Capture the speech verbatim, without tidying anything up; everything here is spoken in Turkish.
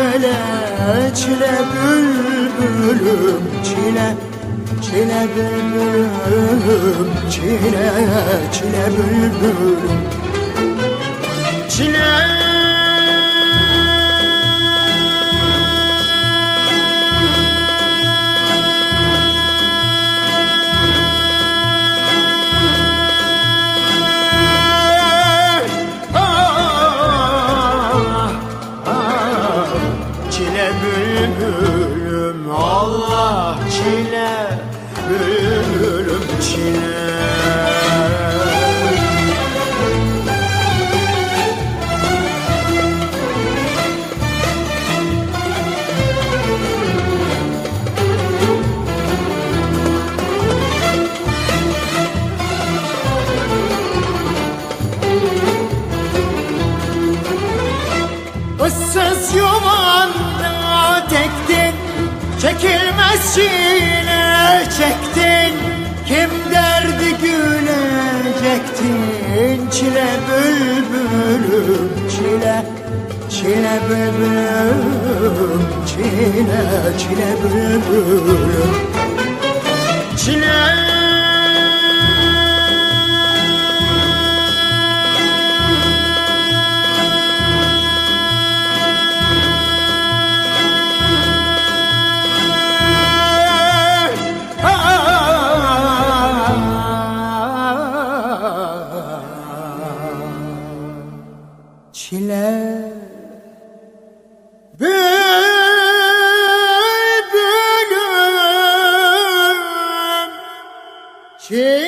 çile, çile bülbülüm çile, çile bülbülüm çile, çile bülbülüm çile. Çile bülbülüm Allah, çile bülbülüm çile. Issız yuvanda tektin, çekilmez çile çektin. Kim derdi gülecektin, çile bülbülüm çile, çile bülbülüm çile, çile bülbülüm çile. Çile bülbülüm çile.